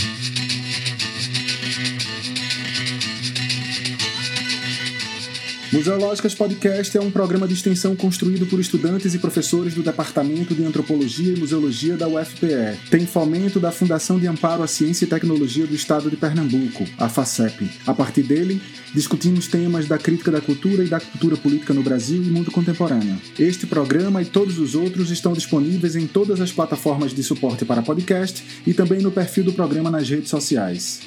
Museológicas Podcast é um programa de extensão construído por estudantes e professores do Departamento de Antropologia e Museologia da UFPE. Tem fomento da Fundação de Amparo à Ciência e Tecnologia do Estado de Pernambuco, a FACEP. A partir dele, discutimos temas da crítica da cultura e da cultura política no Brasil e mundo contemporâneo. Este programa e todos os outros estão disponíveis em todas as plataformas de suporte para podcast e também no perfil do programa nas redes sociais.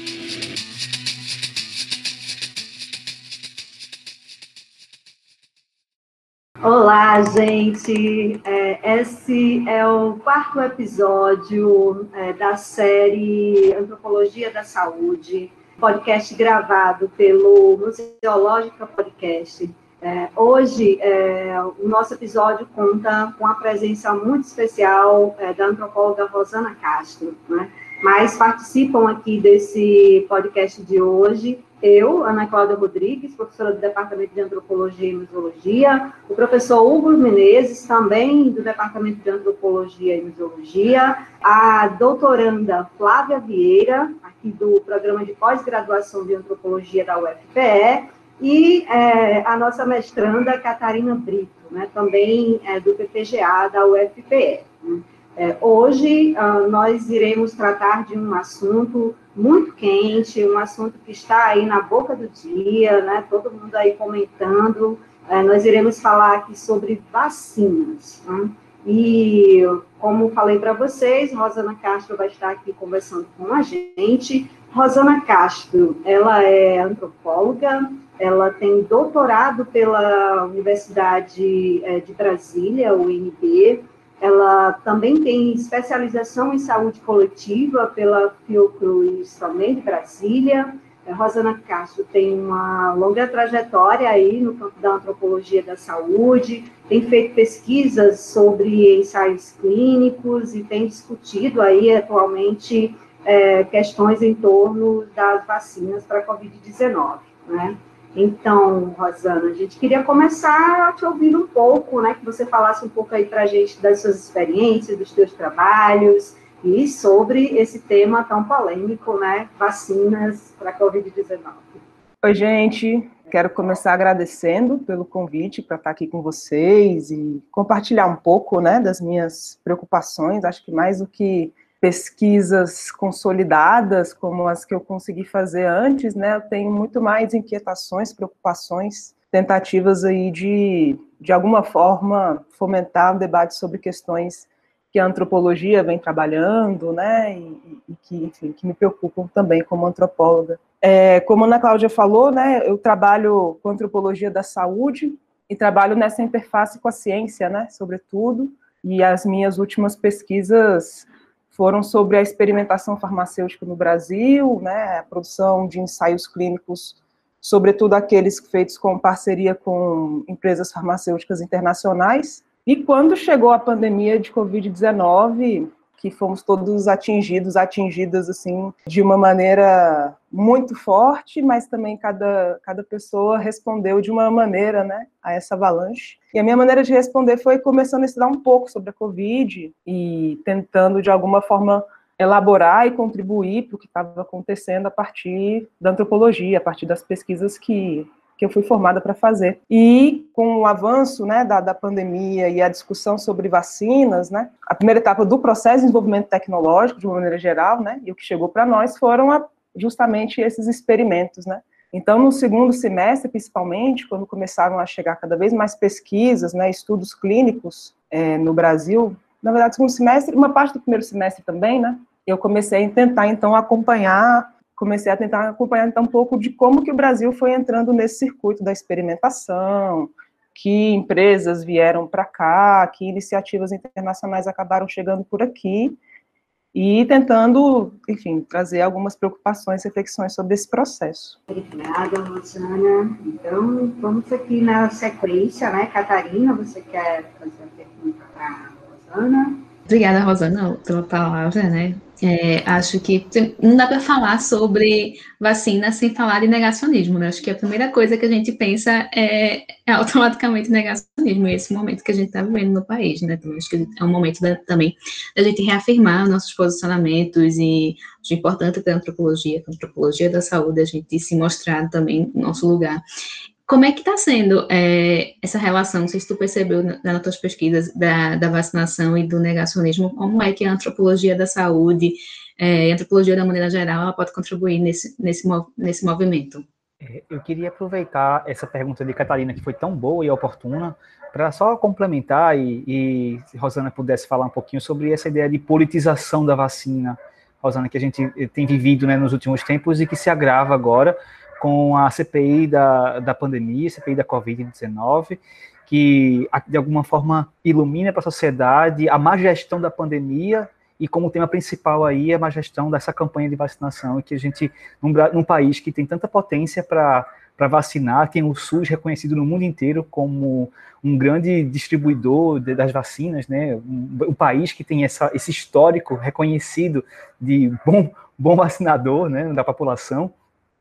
Olá, gente! Esse é o quarto episódio da série Antropologia da Saúde, podcast gravado pelo Museológica Podcast. Hoje, o nosso episódio conta com a presença muito especial da antropóloga Rosana Castro, né? Mas participam aqui desse podcast de hoje eu, Ana Cláudia Rodrigues, professora do Departamento de Antropologia e Museologia, o professor Hugo Menezes, também do Departamento de Antropologia e Museologia, a doutoranda Flávia Vieira, aqui do Programa de Pós-Graduação de Antropologia da UFPE, e a nossa mestranda Catarina Brito, né, também do PPGA da UFPE. Hoje, nós iremos tratar de um assunto muito quente, um assunto que está aí na boca do dia, né? Todo mundo aí comentando. Nós iremos falar aqui sobre vacinas, né? E, como falei para vocês, Rosana Castro vai estar aqui conversando com a gente. Rosana Castro, ela é antropóloga, ela tem doutorado pela Universidade de Brasília, UNB. Ela também tem especialização em saúde coletiva pela Fiocruz, também de Brasília. Rosana Castro tem uma longa trajetória aí no campo da antropologia da saúde, tem feito pesquisas sobre ensaios clínicos e tem discutido aí atualmente questões em torno das vacinas para a Covid-19, né? Então, Rosana, a gente queria começar te ouvindo um pouco, né, que você falasse um pouco aí para a gente das suas experiências, dos seus trabalhos e sobre esse tema tão polêmico, né, vacinas para a Covid-19. Oi, gente, quero começar agradecendo pelo convite para estar aqui com vocês e compartilhar um pouco, né, das minhas preocupações. Acho que mais do que pesquisas consolidadas, como as que eu consegui fazer antes, né, eu tenho muito mais inquietações, preocupações, tentativas aí de alguma forma, fomentar um debate sobre questões que a antropologia vem trabalhando, né, e que, enfim, que me preocupam também como antropóloga. Como a Ana Cláudia falou, né, eu trabalho com antropologia da saúde e trabalho nessa interface com a ciência, né, sobretudo, e as minhas últimas pesquisas foram sobre a experimentação farmacêutica no Brasil, né, a produção de ensaios clínicos, sobretudo aqueles feitos com parceria com empresas farmacêuticas internacionais. E quando chegou a pandemia de Covid-19, que fomos todos atingidas assim, de uma maneira muito forte, mas também cada pessoa respondeu de uma maneira, né, a essa avalanche. E a minha maneira de responder foi começando a estudar um pouco sobre a Covid e tentando, de alguma forma, elaborar e contribuir para o que estava acontecendo a partir da antropologia, a partir das pesquisas que eu fui formada para fazer. E com o avanço, né, da pandemia e a discussão sobre vacinas, né, a primeira etapa do processo de desenvolvimento tecnológico, de uma maneira geral, né, e o que chegou para nós foram justamente esses experimentos, né. Então, no segundo semestre, principalmente, quando começaram a chegar cada vez mais pesquisas, né, estudos clínicos no Brasil, na verdade, no segundo semestre, uma parte do primeiro semestre também, né, eu comecei a tentar, então, acompanhar então, um pouco de como que o Brasil foi entrando nesse circuito da experimentação, que empresas vieram para cá, que iniciativas internacionais acabaram chegando por aqui, e tentando, enfim, trazer algumas preocupações, reflexões sobre esse processo. Obrigada, Rosana. Então, vamos aqui na sequência, né? Catarina, você quer fazer a pergunta para a Rosana? Obrigada, Rosana, pela palavra, né? Acho que não dá para falar sobre vacina sem falar de negacionismo, né? Acho que a primeira coisa que a gente pensa é automaticamente negacionismo, e esse momento que a gente está vivendo no país, né? Então, acho que é um momento também da gente reafirmar nossos posicionamentos e acho importante para a antropologia da saúde, a gente se mostrar também no nosso lugar. Como é que está sendo essa relação, não sei se tu percebeu nas tuas pesquisas da vacinação e do negacionismo, como é que a antropologia da saúde, a antropologia da maneira geral, ela pode contribuir nesse movimento? Eu queria aproveitar essa pergunta de Catarina, que foi tão boa e oportuna, para só complementar e se Rosana pudesse falar um pouquinho sobre essa ideia de politização da vacina, Rosana, que a gente tem vivido, né, nos últimos tempos e que se agrava agora com a CPI da pandemia, CPI da Covid-19, que de alguma forma ilumina para a sociedade a má gestão da pandemia e como tema principal aí a má gestão dessa campanha de vacinação, e que a gente, num país que tem tanta potência para vacinar, tem o SUS reconhecido no mundo inteiro como um grande distribuidor das vacinas, né? Um país que tem esse histórico reconhecido de bom vacinador, né, da população,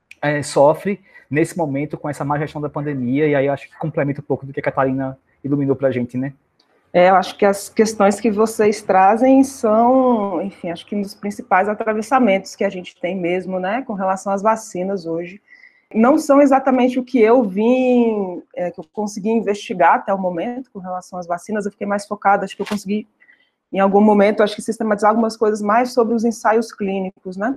sofre nesse momento com essa má gestão da pandemia, e aí eu acho que complementa um pouco do que a Catarina iluminou para a gente, né? Eu acho que as questões que vocês trazem são, enfim, acho que um dos principais atravessamentos que a gente tem mesmo, né, com relação às vacinas hoje. Não são exatamente o que eu vim, que eu consegui investigar até o momento com relação às vacinas, eu fiquei mais focada, acho que eu consegui, em algum momento, acho que sistematizar algumas coisas mais sobre os ensaios clínicos, né?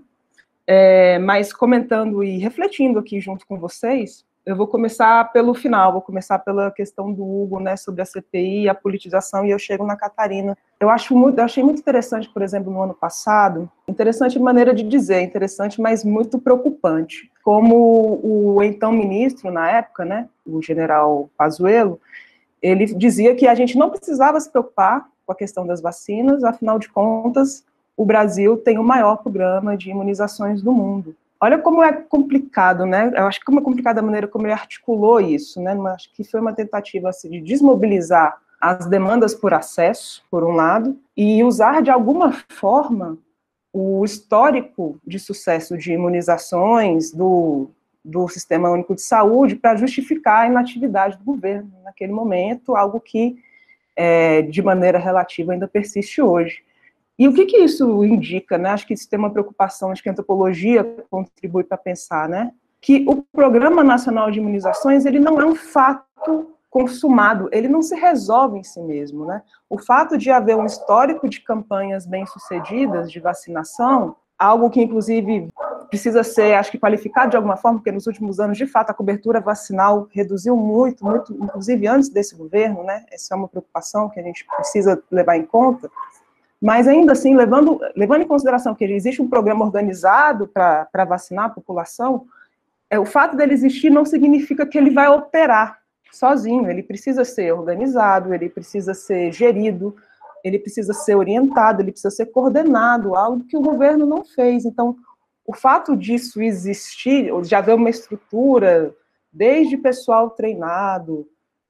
Mas comentando e refletindo aqui junto com vocês, eu vou começar pelo final, vou começar pela questão do Hugo, né, sobre a CPI, a politização, e eu chego na Catarina. Eu achei muito interessante, por exemplo, no ano passado, interessante maneira de dizer, interessante, mas muito preocupante, como o então ministro, na época, né, o general Pazuello, ele dizia que a gente não precisava se preocupar com a questão das vacinas, afinal de contas, o Brasil tem o maior programa de imunizações do mundo. Olha como é complicado, né? Eu acho que como é complicada a maneira como ele articulou isso, né? Acho que foi uma tentativa assim, de desmobilizar as demandas por acesso, por um lado, e usar de alguma forma o histórico de sucesso de imunizações do Sistema Único de Saúde para justificar a inatividade do governo naquele momento, algo que, de maneira relativa, ainda persiste hoje. E o que isso indica, né? Acho que isso tem uma preocupação, acho que a antropologia contribui para pensar, né? Que o Programa Nacional de Imunizações, ele não é um fato consumado, ele não se resolve em si mesmo, né? O fato de haver um histórico de campanhas bem-sucedidas de vacinação, algo que, inclusive, precisa ser, acho que, qualificado de alguma forma, porque nos últimos anos, de fato, a cobertura vacinal reduziu muito, inclusive antes desse governo, né? Essa é uma preocupação que a gente precisa levar em conta. Mas ainda assim, levando em consideração que existe um programa organizado para vacinar a população, o fato dele existir não significa que ele vai operar sozinho, ele precisa ser organizado, ele precisa ser gerido, ele precisa ser orientado, ele precisa ser coordenado, algo que o governo não fez. Então, o fato disso existir, de haver uma estrutura, desde pessoal treinado,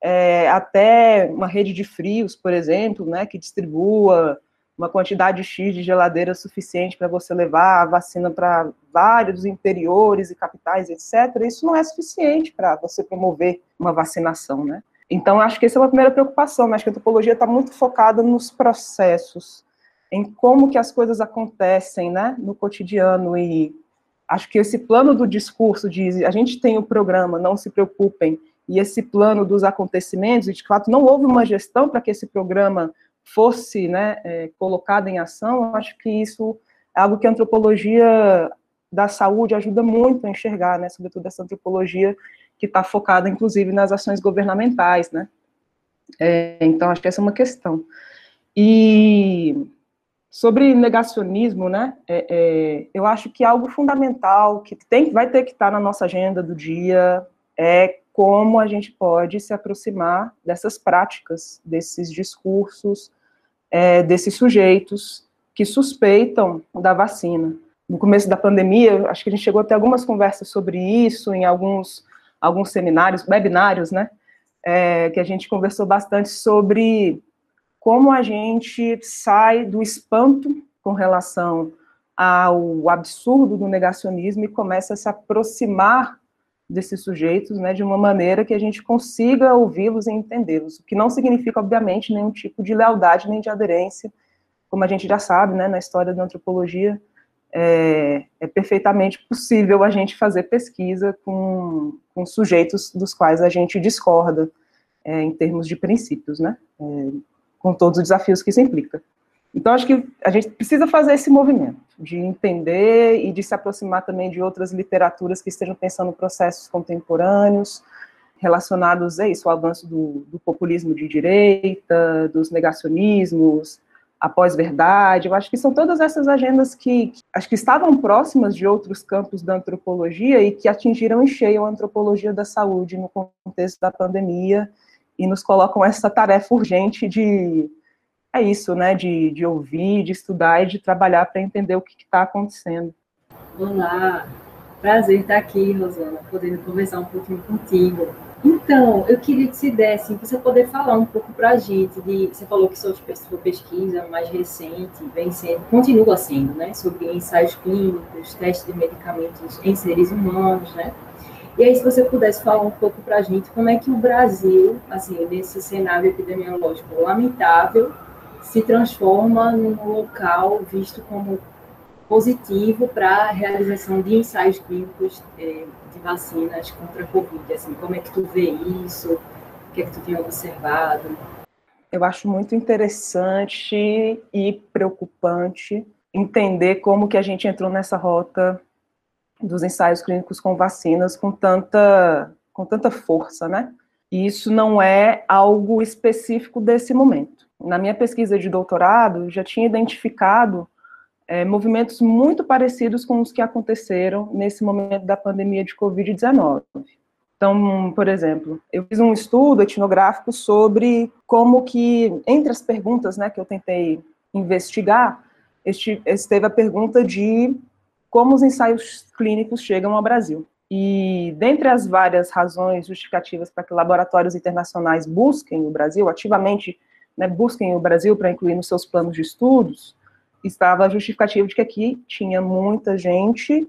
até uma rede de frios, por exemplo, né, que distribua uma quantidade X de geladeira suficiente para você levar a vacina para vários interiores e capitais, etc., isso não é suficiente para você promover uma vacinação, né? Então, acho que essa é uma primeira preocupação, né? Acho que a antropologia está muito focada nos processos, em como que as coisas acontecem, né, no cotidiano, e acho que esse plano do discurso de a gente tem o programa, não se preocupem, e esse plano dos acontecimentos, e de fato não houve uma gestão para que esse programa fosse, né, colocado em ação, eu acho que isso é algo que a antropologia da saúde ajuda muito a enxergar, né, sobretudo essa antropologia que está focada, inclusive, nas ações governamentais, né. Então, acho que essa é uma questão. E sobre negacionismo, né, eu acho que algo fundamental que vai ter que estar na nossa agenda do dia é como a gente pode se aproximar dessas práticas, desses discursos, desses sujeitos que suspeitam da vacina. No começo da pandemia, acho que a gente chegou a ter algumas conversas sobre isso, em alguns seminários, webinários, né, que a gente conversou bastante sobre como a gente sai do espanto com relação ao absurdo do negacionismo e começa a se aproximar desses sujeitos, né, de uma maneira que a gente consiga ouvi-los e entendê-los, o que não significa, obviamente, nenhum tipo de lealdade nem de aderência, como a gente já sabe, né, na história da antropologia, é perfeitamente possível a gente fazer pesquisa com sujeitos dos quais a gente discorda em termos de princípios, né, com todos os desafios que isso implica. Então, acho que a gente precisa fazer esse movimento, de entender e de se aproximar também de outras literaturas que estejam pensando processos contemporâneos, relacionados a isso, ao avanço do populismo de direita, dos negacionismos, a pós-verdade. Eu acho que são todas essas agendas que acho que estavam próximas de outros campos da antropologia e que atingiram em cheio a antropologia da saúde no contexto da pandemia e nos colocam essa tarefa urgente de isso, né, de ouvir, de estudar e de trabalhar para entender o que está acontecendo. Olá, prazer estar aqui, Rosana, podendo conversar um pouquinho contigo. Então, eu queria que se desse, você poder falar um pouco para a gente, você falou que sua pesquisa mais recente vem sendo, continua sendo, né, sobre ensaios clínicos, testes de medicamentos em seres humanos, né? E aí, se você pudesse falar um pouco para a gente, como é que o Brasil, assim, nesse cenário epidemiológico lamentável, se transforma num local visto como positivo para a realização de ensaios clínicos de vacinas contra a Covid. Assim, como é que tu vê isso? O que é que tu tem observado? Eu acho muito interessante e preocupante entender como que a gente entrou nessa rota dos ensaios clínicos com vacinas com tanta força, né? E isso não é algo específico desse momento. Na minha pesquisa de doutorado, já tinha identificado movimentos muito parecidos com os que aconteceram nesse momento da pandemia de Covid-19. Então, por exemplo, eu fiz um estudo etnográfico sobre como que, entre as perguntas, né, que eu tentei investigar, esteve a pergunta de como os ensaios clínicos chegam ao Brasil. E, dentre as várias razões justificativas para que laboratórios internacionais busquem o Brasil, ativamente, né, busquem o Brasil para incluir nos seus planos de estudos, estava a justificativa de que aqui tinha muita gente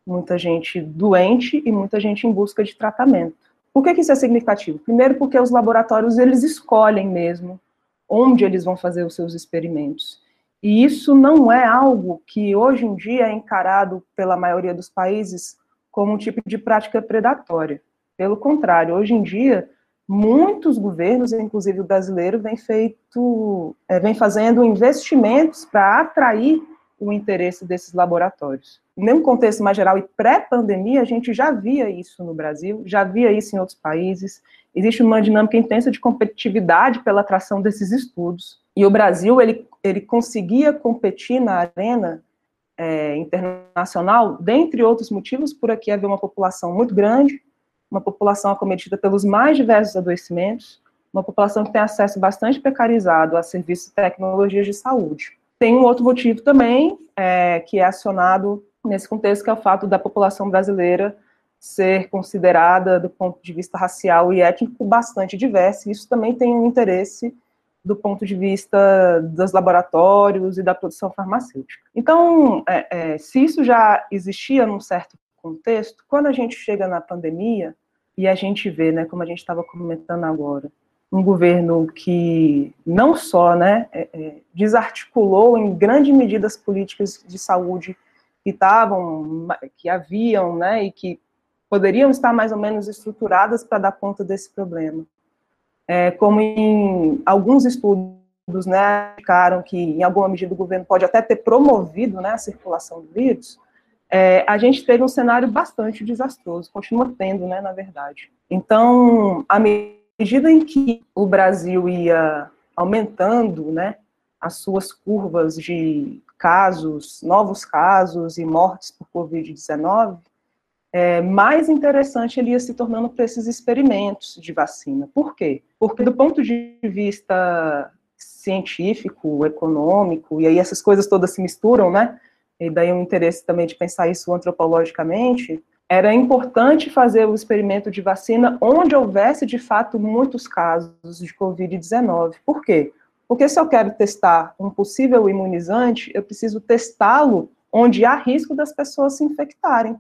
doente e muita gente em busca de tratamento. Por que isso é significativo? Primeiro, porque os laboratórios, eles escolhem mesmo onde eles vão fazer os seus experimentos. E isso não é algo que hoje em dia é encarado pela maioria dos países como um tipo de prática predatória. Pelo contrário, hoje em dia, muitos governos, inclusive o brasileiro, vem fazendo investimentos para atrair o interesse desses laboratórios. Num contexto mais geral e pré-pandemia, a gente já via isso no Brasil, já via isso em outros países. Existe uma dinâmica intensa de competitividade pela atração desses estudos. E o Brasil, ele conseguia competir na arena internacional, dentre outros motivos, por aqui haver uma população muito grande, uma população acometida pelos mais diversos adoecimentos, uma população que tem acesso bastante precarizado a serviços e tecnologias de saúde. Tem um outro motivo também, que é acionado nesse contexto, que é o fato da população brasileira ser considerada, do ponto de vista racial e étnico, bastante diversa, e isso também tem um interesse do ponto de vista dos laboratórios e da produção farmacêutica. Então, se isso já existia num certo contexto, quando a gente chega na pandemia, e a gente vê, né, como a gente estava comentando agora, um governo que não só, né, desarticulou em grande medida as políticas de saúde que haviam, né, e que poderiam estar mais ou menos estruturadas para dar conta desse problema. Como em alguns estudos, né, indicaram que, em alguma medida, o governo pode até ter promovido, né, a circulação do vírus, a gente teve um cenário bastante desastroso, continua tendo, né, na verdade. Então, à medida em que o Brasil ia aumentando, né, as suas curvas de casos, novos casos e mortes por Covid-19, mais interessante ele ia se tornando para esses experimentos de vacina. Por quê? Porque do ponto de vista científico, econômico, e aí essas coisas todas se misturam, né? E daí um interesse também de pensar isso antropologicamente, era importante fazer o experimento de vacina onde houvesse, de fato, muitos casos de Covid-19. Por quê? Porque se eu quero testar um possível imunizante, eu preciso testá-lo onde há risco das pessoas se infectarem.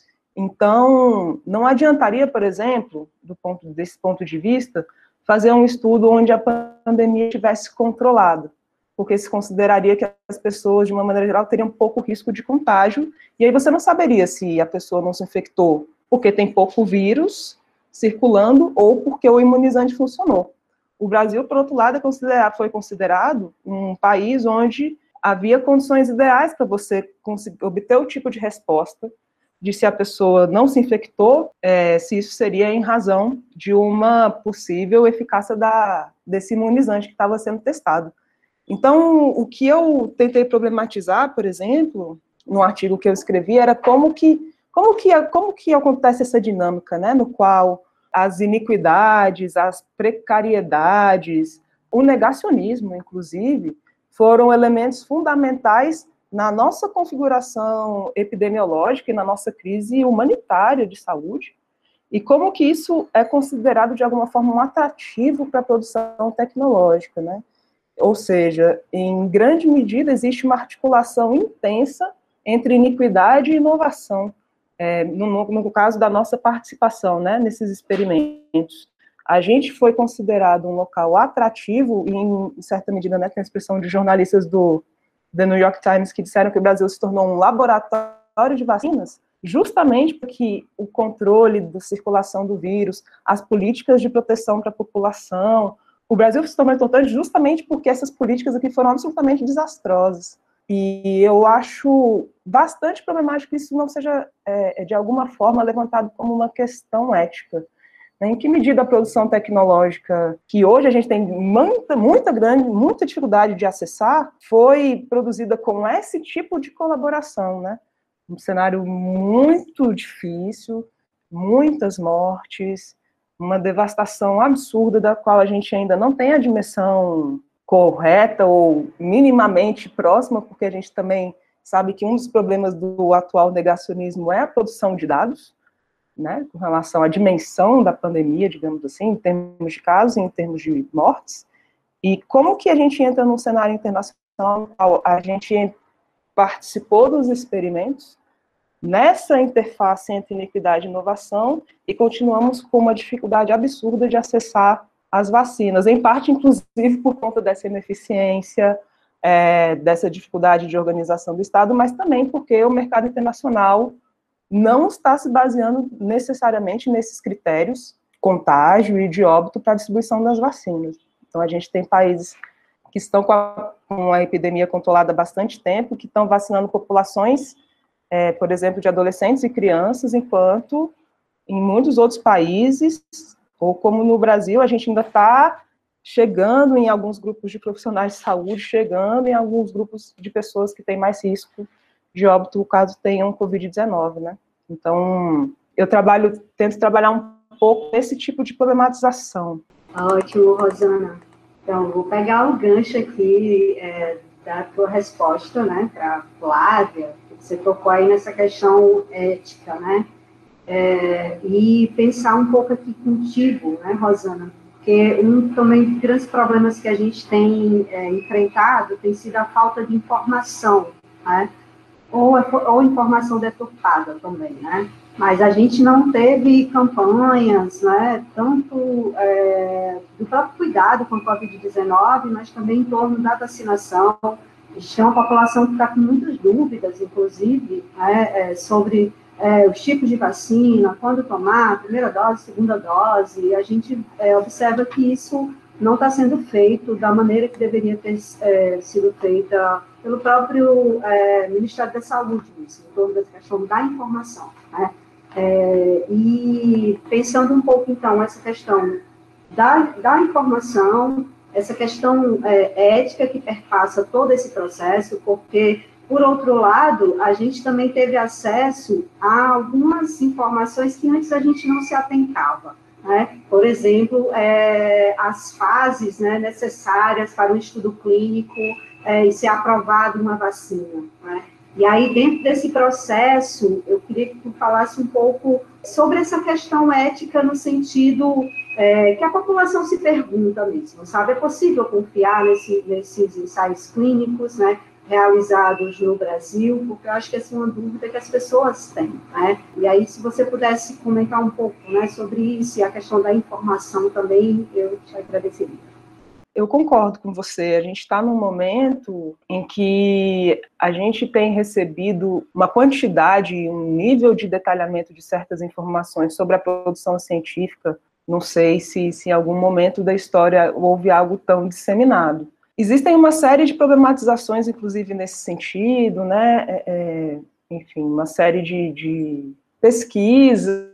Então, não adiantaria, por exemplo, desse ponto de vista, fazer um estudo onde a pandemia estivesse controlada, porque se consideraria que as pessoas, de uma maneira geral, teriam pouco risco de contágio, e aí você não saberia se a pessoa não se infectou porque tem pouco vírus circulando ou porque o imunizante funcionou. O Brasil, por outro lado, foi considerado um país onde havia condições ideais para você obter o tipo de resposta de se a pessoa não se infectou, se isso seria em razão de uma possível eficácia desse imunizante que estava sendo testado. Então, o que eu tentei problematizar, por exemplo, no artigo que eu escrevi, era como que acontece essa dinâmica, né, no qual as iniquidades, as precariedades, o negacionismo, inclusive, foram elementos fundamentais na nossa configuração epidemiológica e na nossa crise humanitária de saúde, e como que isso é considerado, de alguma forma, um atrativo para a produção tecnológica, né? Ou seja, em grande medida, existe uma articulação intensa entre iniquidade e inovação, no caso da nossa participação, né, nesses experimentos. A gente foi considerado um local atrativo, e em certa medida, né, tem a expressão de jornalistas do The New York Times que disseram que o Brasil se tornou um laboratório de vacinas, justamente porque o controle da circulação do vírus, as políticas de proteção para a população, o Brasil se tornou importante justamente porque essas políticas aqui foram absolutamente desastrosas. E eu acho bastante problemático que isso não seja, de alguma forma, levantado como uma questão ética. Em que medida a produção tecnológica, que hoje a gente tem muita dificuldade de acessar, foi produzida com esse tipo de colaboração, né? Um cenário muito difícil, muitas mortes, uma devastação absurda da qual a gente ainda não tem a dimensão correta ou minimamente próxima, porque a gente também sabe que um dos problemas do atual negacionismo é a produção de dados, né, com relação à dimensão da pandemia, digamos assim, em termos de casos, em termos de mortes, e como que a gente entra num cenário internacional no qual a gente participou dos experimentos, nessa interface entre iniquidade e inovação, e continuamos com uma dificuldade absurda de acessar as vacinas, em parte, inclusive, por conta dessa ineficiência, dessa dificuldade de organização do Estado, mas também porque o mercado internacional não está se baseando necessariamente nesses critérios, contágio e de óbito, para a distribuição das vacinas. Então, a gente tem países que estão com a epidemia controlada há bastante tempo, que estão vacinando populações, por exemplo, de adolescentes e crianças, enquanto em muitos outros países, ou como no Brasil, a gente ainda está chegando em alguns grupos de profissionais de saúde, chegando em alguns grupos de pessoas que têm mais risco de óbito, caso tenham Covid-19, né? Então, eu tento trabalhar um pouco nesse tipo de problematização. Ótimo, Rosana. Então, vou pegar o gancho aqui da tua resposta, né, para a Flávia, que você tocou aí nessa questão ética, né? E pensar um pouco aqui contigo, né, Rosana? Porque também dos grandes problemas que a gente tem enfrentado tem sido a falta de informação, né? Ou informação deturpada também, né? Mas a gente não teve campanhas, né, tanto do próprio cuidado com a Covid-19, mas também em torno da vacinação. A gente tem uma população que está com muitas dúvidas, inclusive, né, sobre os tipos de vacina, quando tomar, primeira dose, segunda dose, e a gente observa que isso não está sendo feito da maneira que deveria ter sido feita pelo próprio Ministério da Saúde, isso, em torno da questão da informação, né? E pensando um pouco, então, essa questão da informação, essa questão ética que perpassa todo esse processo, porque, por outro lado, a gente também teve acesso a algumas informações que antes a gente não se atentava, né? Por exemplo, as fases, né, necessárias para o estudo clínico e ser aprovado uma vacina, né? E aí, dentro desse processo, eu queria que tu falasse um pouco sobre essa questão ética no sentido que a população se pergunta mesmo, sabe? É possível confiar nesses ensaios clínicos, né, realizados no Brasil? Porque eu acho que essa é uma dúvida que as pessoas têm, né? E aí, se você pudesse comentar um pouco, né, sobre isso e a questão da informação também, eu te agradeceria. Eu concordo com você. A gente está num momento em que a gente tem recebido uma quantidade e um nível de detalhamento de certas informações sobre a produção científica. Não sei se em algum momento da história houve algo tão disseminado. Existem uma série de problematizações, inclusive, nesse sentido, né? Enfim, uma série de pesquisas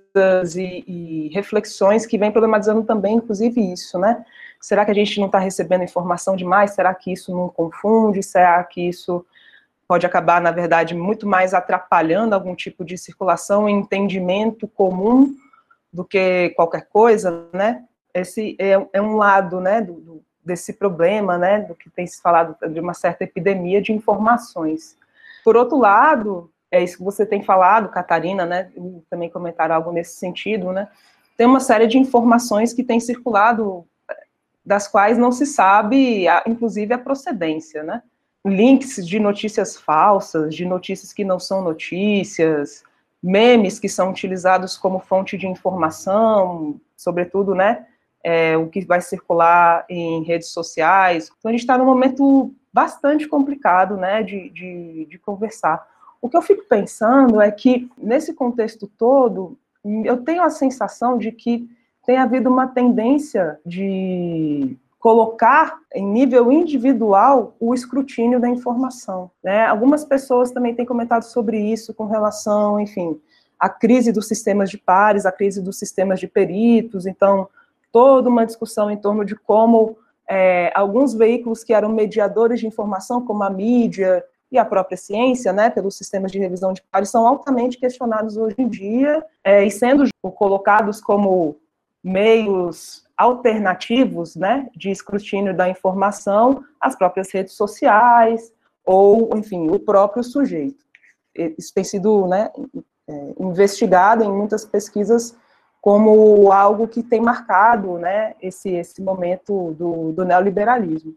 e reflexões que vem problematizando também, inclusive, isso, né? Será que a gente não está recebendo informação demais? Será que isso não confunde? Será que isso pode acabar, na verdade, muito mais atrapalhando algum tipo de circulação e entendimento comum do que qualquer coisa, né? Esse é um lado, né, desse problema, né, do que tem se falado de uma certa epidemia de informações. Por outro lado, é isso que você tem falado, Catarina, né, também comentaram algo nesse sentido, né? Tem uma série de informações que têm circulado, das quais não se sabe, inclusive, a procedência, né? Links de notícias falsas, de notícias que não são notícias, memes que são utilizados como fonte de informação, sobretudo, né, o que vai circular em redes sociais. Então, a gente está num momento bastante complicado, né, de conversar. O que eu fico pensando é que, nesse contexto todo, eu tenho a sensação de que tem havido uma tendência de colocar em nível individual o escrutínio da informação, né? Algumas pessoas também têm comentado sobre isso com relação, enfim, à crise dos sistemas de pares, à crise dos sistemas de peritos. Então, toda uma discussão em torno de como alguns veículos que eram mediadores de informação, como a mídia e a própria ciência, né, pelos sistemas de revisão de pares, são altamente questionados hoje em dia e sendo colocados como meios alternativos, né, de escrutínio da informação, as próprias redes sociais, ou, enfim, o próprio sujeito. Isso tem sido, né, investigado em muitas pesquisas como algo que tem marcado, né, esse momento do neoliberalismo.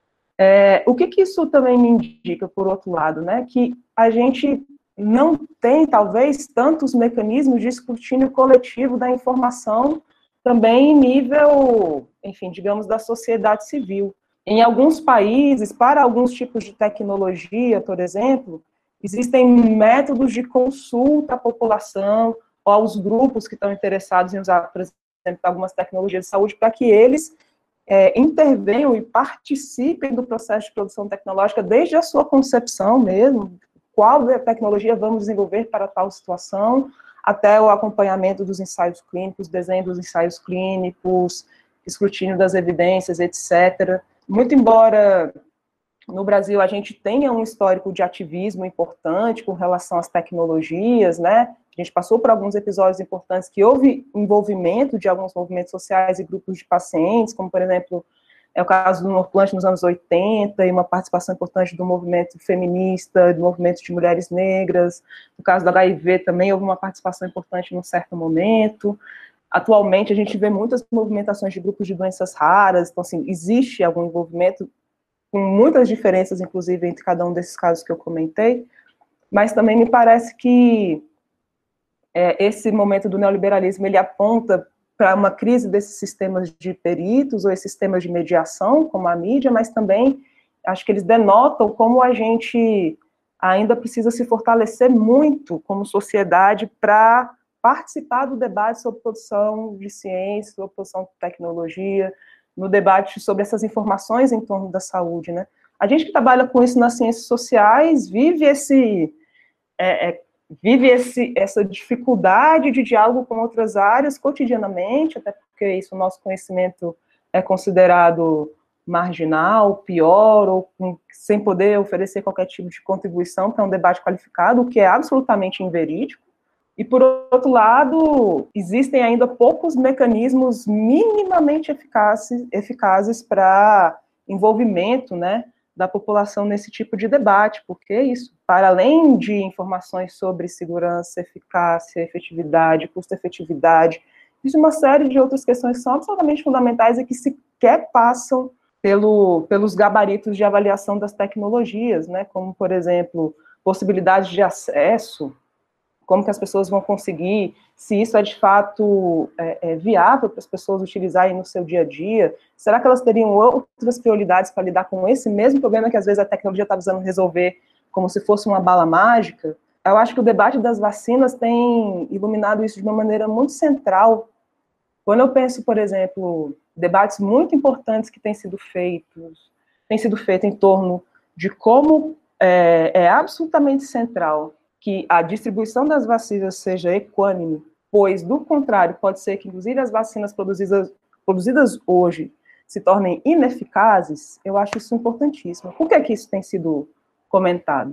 O que isso também me indica, por outro lado, né, que a gente não tem, talvez, tantos mecanismos de escrutínio coletivo da informação também em nível, enfim, digamos, da sociedade civil. Em alguns países, para alguns tipos de tecnologia, por exemplo, existem métodos de consulta à população ou aos grupos que estão interessados em usar, por exemplo, algumas tecnologias de saúde, para que eles intervenham e participem do processo de produção tecnológica desde a sua concepção mesmo, qual tecnologia vamos desenvolver para tal situação, até o acompanhamento dos ensaios clínicos, desenho dos ensaios clínicos, escrutínio das evidências, etc. Muito embora no Brasil a gente tenha um histórico de ativismo importante com relação às tecnologias, né? A gente passou por alguns episódios importantes que houve envolvimento de alguns movimentos sociais e grupos de pacientes, como, por exemplo, é o caso do Norplant nos anos 80, e uma participação importante do movimento feminista, do movimento de mulheres negras. No caso do HIV também houve uma participação importante num certo momento. Atualmente a gente vê muitas movimentações de grupos de doenças raras, então, assim, existe algum envolvimento, com muitas diferenças, inclusive, entre cada um desses casos que eu comentei, mas também me parece que esse momento do neoliberalismo, ele aponta para uma crise desses sistemas de peritos, ou esses sistemas de mediação, como a mídia, mas também acho que eles denotam como a gente ainda precisa se fortalecer muito como sociedade para participar do debate sobre produção de ciência, sobre produção de tecnologia, no debate sobre essas informações em torno da saúde, né? A gente que trabalha com isso nas ciências sociais vive essa dificuldade de diálogo com outras áreas cotidianamente, até porque isso, o nosso conhecimento é considerado marginal, pior, ou sem poder oferecer qualquer tipo de contribuição para um debate qualificado, o que é absolutamente inverídico. E, por outro lado, existem ainda poucos mecanismos minimamente eficazes para envolvimento, né, da população nesse tipo de debate, porque é isso. para além de informações sobre segurança, eficácia, efetividade, custo-efetividade, existe uma série de outras questões que são absolutamente fundamentais e que sequer passam pelos gabaritos de avaliação das tecnologias, né, como, por exemplo, possibilidade de acesso, como que as pessoas vão conseguir, se isso é de fato viável para as pessoas utilizarem no seu dia a dia, será que elas teriam outras prioridades para lidar com esse mesmo problema que às vezes a tecnologia está precisando resolver como se fosse uma bala mágica? Eu acho que o debate das vacinas tem iluminado isso de uma maneira muito central. Quando eu penso, por exemplo, debates muito importantes que têm sido feitos em torno de como é absolutamente central que a distribuição das vacinas seja equânime, pois, do contrário, pode ser que, inclusive, as vacinas produzidas hoje se tornem ineficazes, eu acho isso importantíssimo. Por que isso tem sido comentado?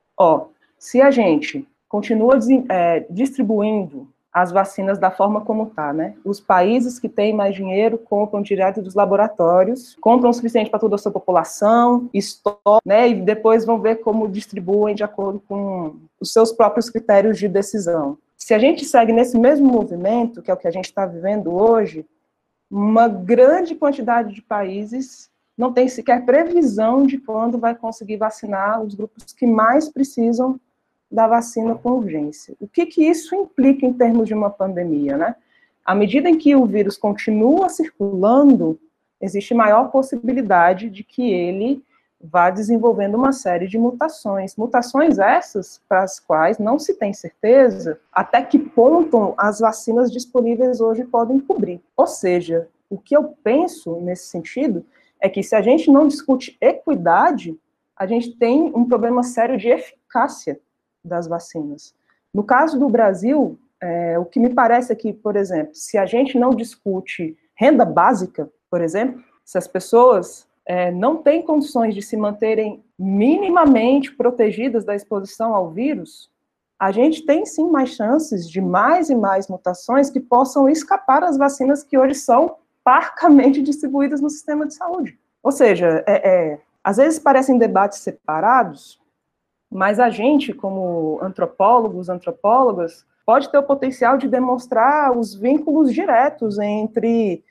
Se a gente continua distribuindo as vacinas da forma como está, né? Os países que têm mais dinheiro compram direto dos laboratórios, compram o suficiente para toda a sua população, estocam, né? E depois vão ver como distribuem de acordo com os seus próprios critérios de decisão. Se a gente segue nesse mesmo movimento, que é o que a gente está vivendo hoje, uma grande quantidade de países não tem sequer previsão de quando vai conseguir vacinar os grupos que mais precisam da vacina com urgência. O que isso implica em termos de uma pandemia, né? À medida em que o vírus continua circulando, existe maior possibilidade de que ele vá desenvolvendo uma série de mutações. Mutações essas para as quais não se tem certeza até que ponto as vacinas disponíveis hoje podem cobrir. Ou seja, o que eu penso nesse sentido é que se a gente não discute equidade, a gente tem um problema sério de eficácia das vacinas. No caso do Brasil, o que me parece é que, por exemplo, se a gente não discute renda básica, por exemplo, se as pessoas não têm condições de se manterem minimamente protegidas da exposição ao vírus, a gente tem sim mais chances de mais e mais mutações que possam escapar das vacinas que hoje são parcamente distribuídas no sistema de saúde. Ou seja, às vezes parecem debates separados, mas a gente, como antropólogos, antropólogas, pode ter o potencial de demonstrar os vínculos diretos entre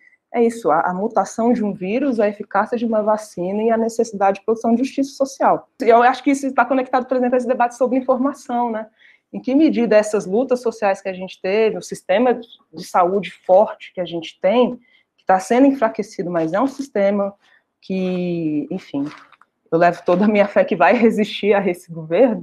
a mutação de um vírus, a eficácia de uma vacina e a necessidade de produção de justiça social. E eu acho que isso está conectado, por exemplo, a esse debate sobre informação, né? Em que medida essas lutas sociais que a gente teve, o sistema de saúde forte que a gente tem, que está sendo enfraquecido, mas é um sistema que, enfim, eu levo toda a minha fé que vai resistir a esse governo,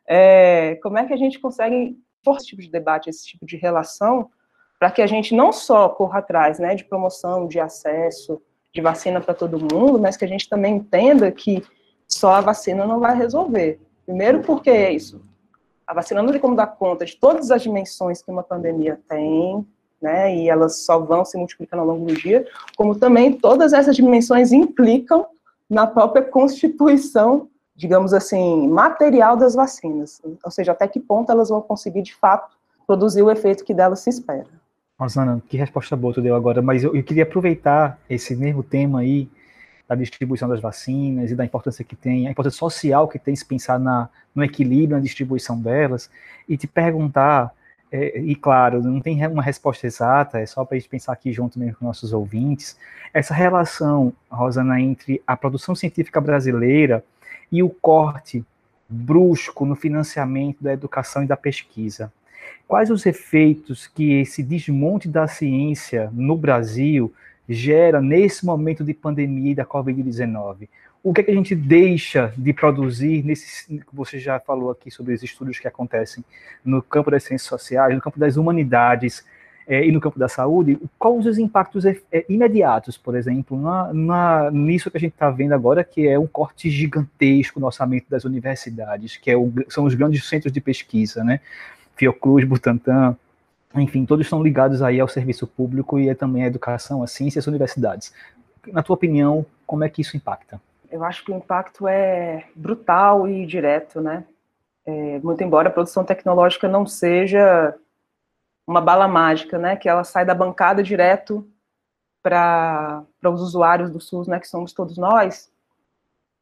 como é que a gente consegue forçar esse tipo de debate, esse tipo de relação, para que a gente não só corra atrás, né, de promoção, de acesso, de vacina para todo mundo, mas que a gente também entenda que só a vacina não vai resolver. Primeiro porque é isso, a vacina não tem como dar conta de todas as dimensões que uma pandemia tem, né, e elas só vão se multiplicando ao longo do dia, como também todas essas dimensões implicam na própria constituição, digamos assim, material das vacinas. Ou seja, até que ponto elas vão conseguir, de fato, produzir o efeito que delas se espera. Rosana, que resposta boa tu deu agora, mas eu queria aproveitar esse mesmo tema aí, da distribuição das vacinas e da importância que tem, a importância social que tem se pensar no equilíbrio, na distribuição delas, e te perguntar, e claro, não tem uma resposta exata, é só para a gente pensar aqui junto mesmo com nossos ouvintes, essa relação, Rosana, entre a produção científica brasileira e o corte brusco no financiamento da educação e da pesquisa. Quais os efeitos que esse desmonte da ciência no Brasil gera nesse momento de pandemia da Covid-19? O que é que a gente deixa de produzir você já falou aqui sobre os estudos que acontecem no campo das ciências sociais, no campo das humanidades e no campo da saúde? Quais os impactos imediatos, por exemplo, nisso que a gente está vendo agora, que é um corte gigantesco no orçamento das universidades, que são os grandes centros de pesquisa, né? Fiocruz, Butantan, enfim, todos estão ligados aí ao serviço público e também à educação, à ciência e às universidades. Na tua opinião, como é que isso impacta? Eu acho que o impacto é brutal e direto, né? Muito embora a produção tecnológica não seja uma bala mágica, né? Que ela sai da bancada direto para os usuários do SUS, né? Que somos todos nós.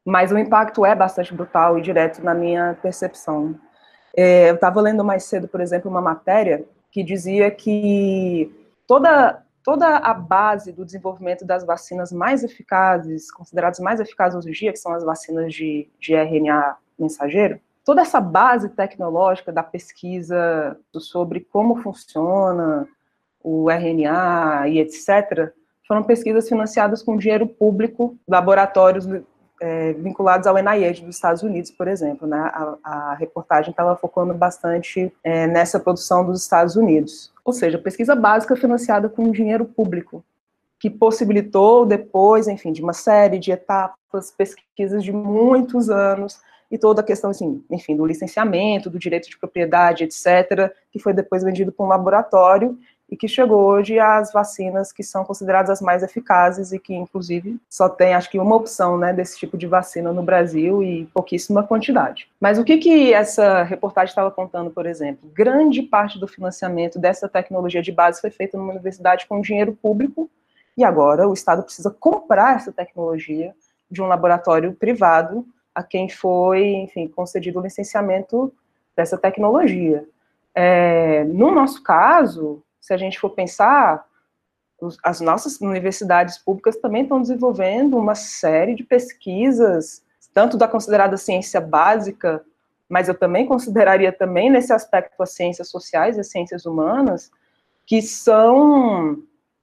mas o impacto é bastante brutal e direto na minha percepção. Eu estava lendo mais cedo, por exemplo, uma matéria que dizia que toda a base do desenvolvimento das vacinas mais eficazes, consideradas mais eficazes hoje em dia, que são as vacinas de RNA mensageiro, toda essa base tecnológica da pesquisa sobre como funciona o RNA e etc., foram pesquisas financiadas com dinheiro público, laboratórios vinculados ao NIH dos Estados Unidos, por exemplo, né? A reportagem estava focando bastante nessa produção dos Estados Unidos. Ou seja, pesquisa básica financiada com dinheiro público, que possibilitou depois, enfim, de uma série de etapas, pesquisas de muitos anos, e toda a questão, assim, enfim, do licenciamento, do direito de propriedade, etc., que foi depois vendido para um laboratório, e que chegou hoje às vacinas que são consideradas as mais eficazes e que, inclusive, só tem, acho que, uma opção, né, desse tipo de vacina no Brasil e pouquíssima quantidade. Mas o que essa reportagem estava contando, por exemplo? Grande parte do financiamento dessa tecnologia de base foi feita numa universidade com dinheiro público e agora o Estado precisa comprar essa tecnologia de um laboratório privado a quem foi, enfim, concedido o licenciamento dessa tecnologia. No nosso caso, se a gente for pensar, as nossas universidades públicas também estão desenvolvendo uma série de pesquisas, tanto da considerada ciência básica, mas eu também consideraria também nesse aspecto as ciências sociais e as ciências humanas, que são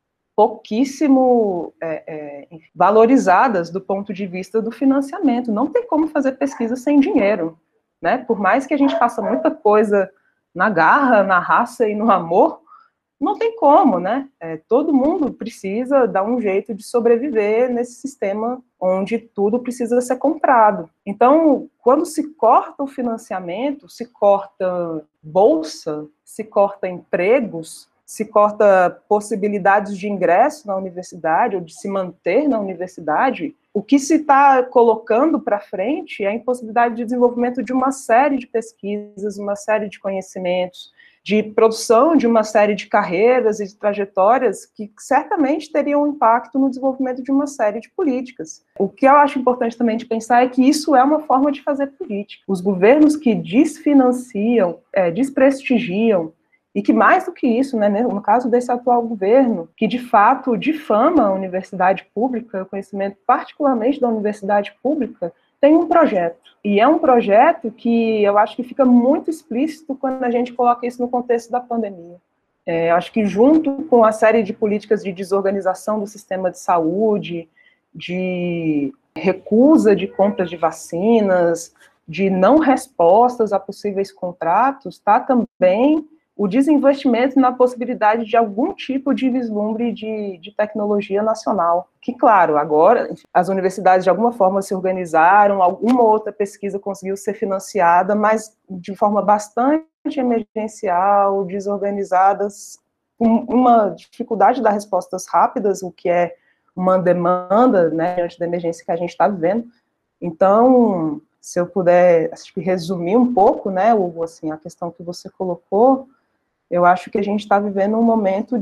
pouquíssimo valorizadas do ponto de vista do financiamento. Não tem como fazer pesquisa sem dinheiro, né? Por mais que a gente faça muita coisa na garra, na raça e no amor, não tem como, né? Todo mundo precisa dar um jeito de sobreviver nesse sistema onde tudo precisa ser comprado. Então, quando se corta o financiamento, se corta bolsa, se corta empregos, se corta possibilidades de ingresso na universidade ou de se manter na universidade, o que se está colocando para frente é a impossibilidade de desenvolvimento de uma série de pesquisas, uma série de conhecimentos, de produção de uma série de carreiras e de trajetórias que certamente teriam um impacto no desenvolvimento de uma série de políticas. O que eu acho importante também de pensar é que isso é uma forma de fazer política. Os governos que desfinanciam, desprestigiam, e que mais do que isso, né, no caso desse atual governo, que de fato difama a universidade pública, o conhecimento particularmente da universidade pública, tem um projeto. E é um projeto que eu acho que fica muito explícito quando a gente coloca isso no contexto da pandemia. Acho que junto com a série de políticas de desorganização do sistema de saúde, de recusa de compras de vacinas, de não respostas a possíveis contratos, está também o desinvestimento na possibilidade de algum tipo de vislumbre de tecnologia nacional. Que, claro, agora as universidades de alguma forma se organizaram, alguma outra pesquisa conseguiu ser financiada, mas de forma bastante emergencial, desorganizadas, com uma dificuldade de dar respostas rápidas, o que é uma demanda, né, diante da emergência que a gente está vivendo. Então, se eu puder, acho que resumir um pouco, né, assim, a questão que você colocou, eu acho que a gente está vivendo um momento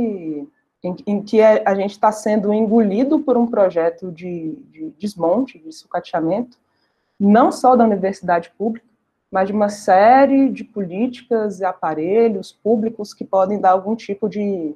em que a gente está sendo engolido por um projeto de desmonte, de sucateamento, não só da universidade pública, mas de uma série de políticas e aparelhos públicos que podem dar algum tipo de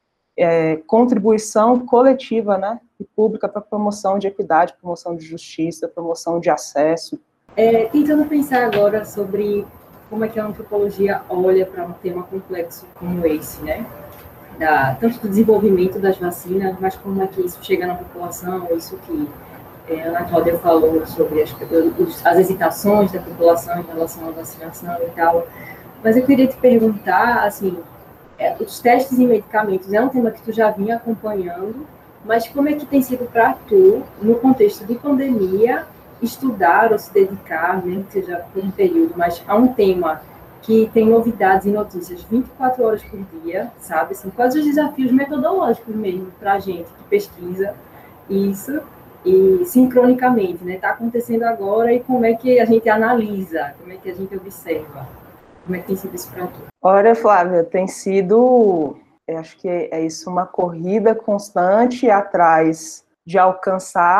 contribuição coletiva, né, e pública para a promoção de equidade, promoção de justiça, promoção de acesso. Tentando pensar agora sobre como é que a antropologia olha para um tema complexo como esse, né? Tanto do desenvolvimento das vacinas, mas como é que isso chega na população, isso que a Ana Cláudia falou sobre as hesitações da população em relação à vacinação e tal. Mas eu queria te perguntar, assim, os testes em medicamentos é um tema que tu já vinha acompanhando, mas como é que tem sido para tu, no contexto de pandemia, estudar ou se dedicar, mesmo que seja por um período, mas a um tema que tem novidades e notícias 24 horas por dia, sabe? Assim, quais os desafios metodológicos mesmo para a gente que pesquisa isso e sincronicamente, né? Está acontecendo agora e como é que a gente analisa, como é que a gente observa, como é que tem sido isso para tu? Olha, Flávia, tem sido, eu acho que é isso, uma corrida constante atrás de alcançar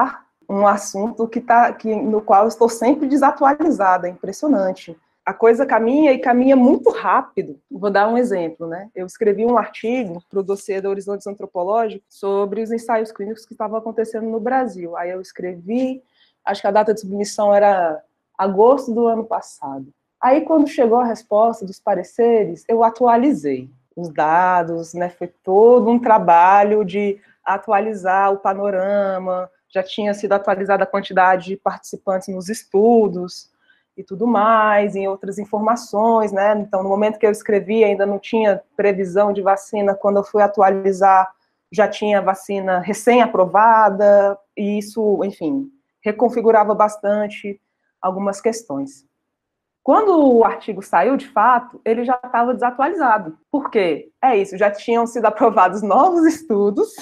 um assunto no qual eu estou sempre desatualizada, é impressionante. A coisa caminha muito rápido. Vou dar um exemplo, né? Eu escrevi um artigo para o dossiê da Horizontes Antropológicos sobre os ensaios clínicos que estavam acontecendo no Brasil. Aí eu escrevi, acho que a data de submissão era agosto do ano passado. Aí, quando chegou a resposta dos pareceres, eu atualizei os dados, né? Foi todo um trabalho de atualizar o panorama, já tinha sido atualizada a quantidade de participantes nos estudos e tudo mais, em outras informações, né? Então, no momento que eu escrevi, ainda não tinha previsão de vacina, quando eu fui atualizar, já tinha vacina recém-aprovada, e isso, enfim, reconfigurava bastante algumas questões. Quando o artigo saiu, de fato, ele já estava desatualizado. Por quê? É isso, já tinham sido aprovados novos estudos,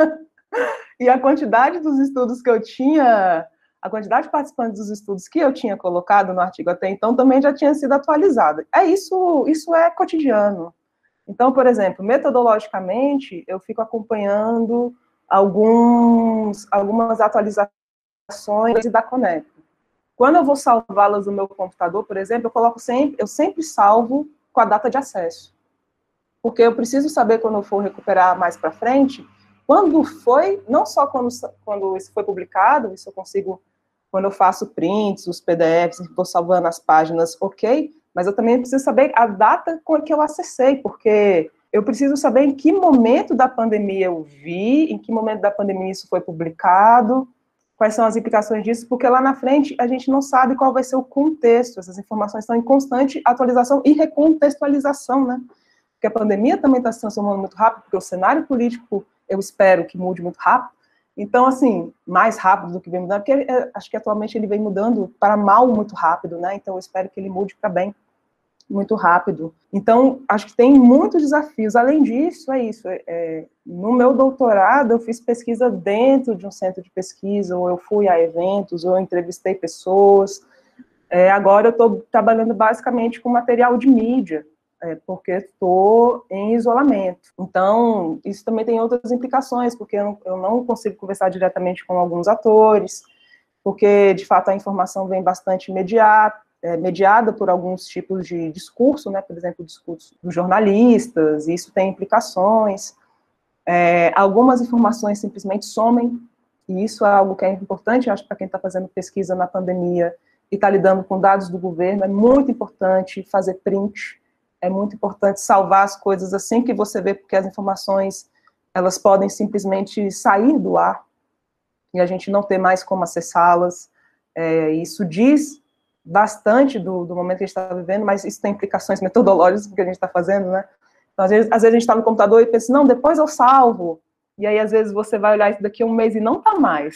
e a quantidade dos estudos que eu tinha, a quantidade de participantes dos estudos que eu tinha colocado no artigo até então também já tinha sido atualizada. Isso é cotidiano. Então, por exemplo, metodologicamente, eu fico acompanhando algumas atualizações da Conecta. Quando eu vou salvá-las no meu computador, por exemplo, eu sempre salvo com a data de acesso. Porque eu preciso saber, quando eu for recuperar mais para frente, quando foi, não só quando isso foi publicado, isso eu consigo, quando eu faço prints, os PDFs, vou salvando as páginas, ok, mas eu também preciso saber a data com que eu acessei, porque eu preciso saber em que momento da pandemia eu vi, em que momento da pandemia isso foi publicado, quais são as implicações disso, porque lá na frente a gente não sabe qual vai ser o contexto, essas informações estão em constante atualização e recontextualização, né? Porque a pandemia também está se transformando muito rápido, porque o cenário político, eu espero que mude muito rápido, então, assim, mais rápido do que vem mudando, porque acho que atualmente ele vem mudando para mal muito rápido, né? Então eu espero que ele mude para bem muito rápido. Então, acho que tem muitos desafios. Além disso, no meu doutorado, eu fiz pesquisa dentro de um centro de pesquisa, ou eu fui a eventos, ou eu entrevistei pessoas. Agora eu estou trabalhando basicamente com material de mídia, porque estou em isolamento. Então, isso também tem outras implicações, porque eu não consigo conversar diretamente com alguns atores, porque, de fato, a informação vem bastante mediada por alguns tipos de discurso, né, por exemplo, o discurso dos jornalistas, e isso tem implicações. Algumas informações simplesmente somem, e isso é algo que é importante, acho, para quem está fazendo pesquisa na pandemia e está lidando com dados do governo, é muito importante fazer print, é muito importante salvar as coisas assim que você vê, porque as informações, elas podem simplesmente sair do ar, e a gente não ter mais como acessá-las. Isso diz bastante do momento que a gente está vivendo, mas isso tem implicações metodológicas do que a gente está fazendo, né? Então, às vezes a gente está no computador e pensa, não, depois eu salvo, e aí às vezes você vai olhar isso daqui a um mês e não está mais.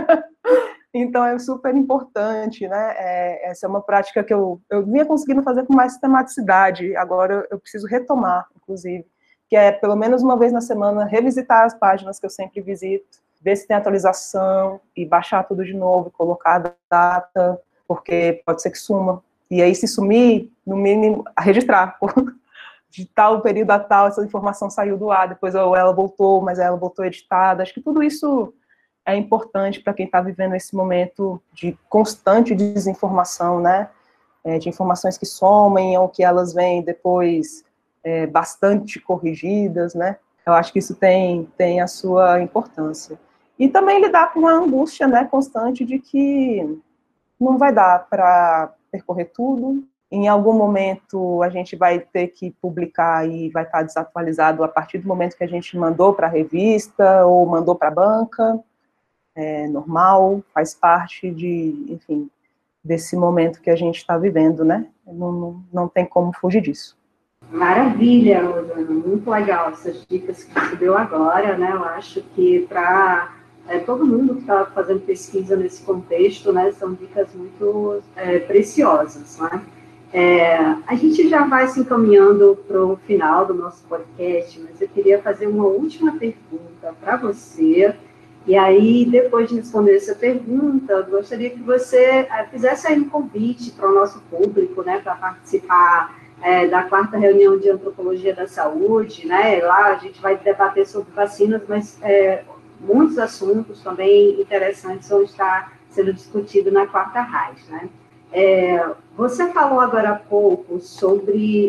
Então é super importante, né? Essa é uma prática que eu vinha conseguindo fazer com mais sistematicidade, agora eu preciso retomar, inclusive, que é pelo menos uma vez na semana revisitar as páginas que eu sempre visito, ver se tem atualização e baixar tudo de novo, colocar a data, porque pode ser que suma. E aí, se sumir, no mínimo, registrar. De tal período a tal, essa informação saiu do ar, depois ela voltou, mas ela voltou editada. Acho que tudo isso é importante para quem está vivendo esse momento de constante desinformação, né? De informações que somem ou que elas vêm depois bastante corrigidas, né? Eu acho que isso tem a sua importância. E também lidar com a angústia, né, constante de que não vai dar para percorrer tudo. Em algum momento a gente vai ter que publicar e vai estar desatualizado a partir do momento que a gente mandou para a revista ou mandou para a banca. É normal, faz parte enfim, desse momento que a gente está vivendo, né? Não tem como fugir disso. Maravilha, Rosana, muito legal essas dicas que você deu agora, né? Eu acho que para todo mundo que está fazendo pesquisa nesse contexto, né, são dicas muito preciosas, né? A gente já vai se encaminhando para o final do nosso podcast, mas eu queria fazer uma última pergunta para você, e aí, depois de responder essa pergunta, eu gostaria que você fizesse aí um convite para o nosso público, né, para participar da 4ª reunião de Antropologia da Saúde, né? Lá a gente vai debater sobre vacinas, mas muitos assuntos também interessantes vão estar sendo discutidos na quarta RAIS, né? Você falou agora há pouco sobre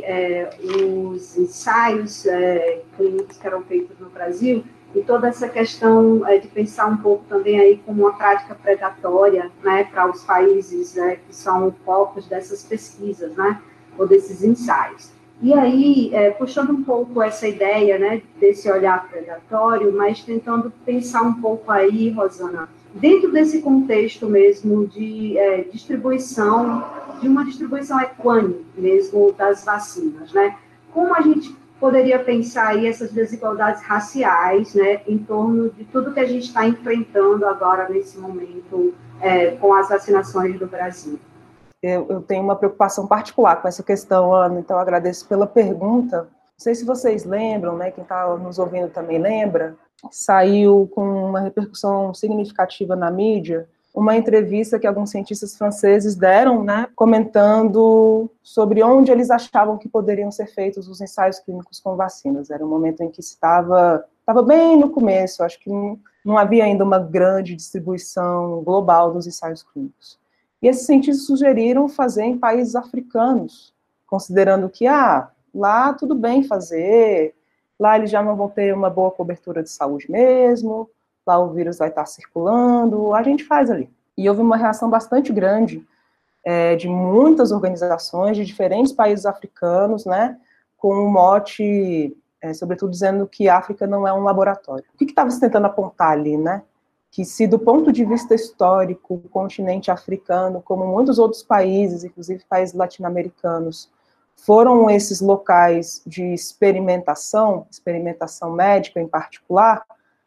os ensaios clínicos que eram feitos no Brasil e toda essa questão de pensar um pouco também aí como uma prática predatória, né, para os países que são focos dessas pesquisas, né, ou desses ensaios. E aí, puxando um pouco essa ideia, né, desse olhar predatório, mas tentando pensar um pouco aí, Rosana, dentro desse contexto mesmo de distribuição, de uma distribuição equânime mesmo das vacinas, né? Como a gente poderia pensar aí essas desigualdades raciais, né, em torno de tudo que a gente está enfrentando agora nesse momento com as vacinações do Brasil? Eu tenho uma preocupação particular com essa questão, Ana, então agradeço pela pergunta. Não sei se vocês lembram, né, quem está nos ouvindo também lembra, saiu com uma repercussão significativa na mídia, uma entrevista que alguns cientistas franceses deram, né, comentando sobre onde eles achavam que poderiam ser feitos os ensaios clínicos com vacinas. Era um momento em que estava bem no começo, acho que não havia ainda uma grande distribuição global dos ensaios clínicos. E esses cientistas sugeriram fazer em países africanos, considerando que, lá tudo bem fazer, lá eles já não vão ter uma boa cobertura de saúde mesmo, lá o vírus vai estar circulando, a gente faz ali. E houve uma reação bastante grande de muitas organizações de diferentes países africanos, né, com um mote, sobretudo dizendo que a África não é um laboratório. O que estava se tentando apontar ali, né? Que se do ponto de vista histórico, o continente africano, como muitos outros países, inclusive países latino-americanos, foram esses locais de experimentação médica em particular,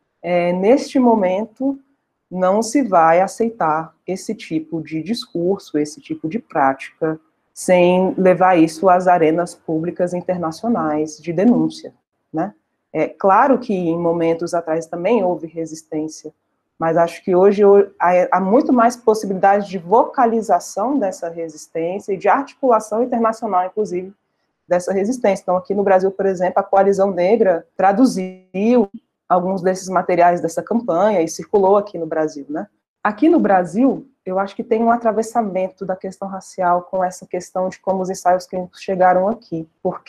neste momento não se vai aceitar esse tipo de discurso, esse tipo de prática, sem levar isso às arenas públicas internacionais de denúncia, né? É claro que em momentos atrás também houve resistência, mas acho que hoje há muito mais possibilidade de vocalização dessa resistência e de articulação internacional, inclusive, dessa resistência. Então, aqui no Brasil, por exemplo, a Coalizão Negra traduziu alguns desses materiais dessa campanha e circulou aqui no Brasil, né? Aqui no Brasil, eu acho que tem um atravessamento da questão racial com essa questão de como os ensaios clínicos chegaram aqui,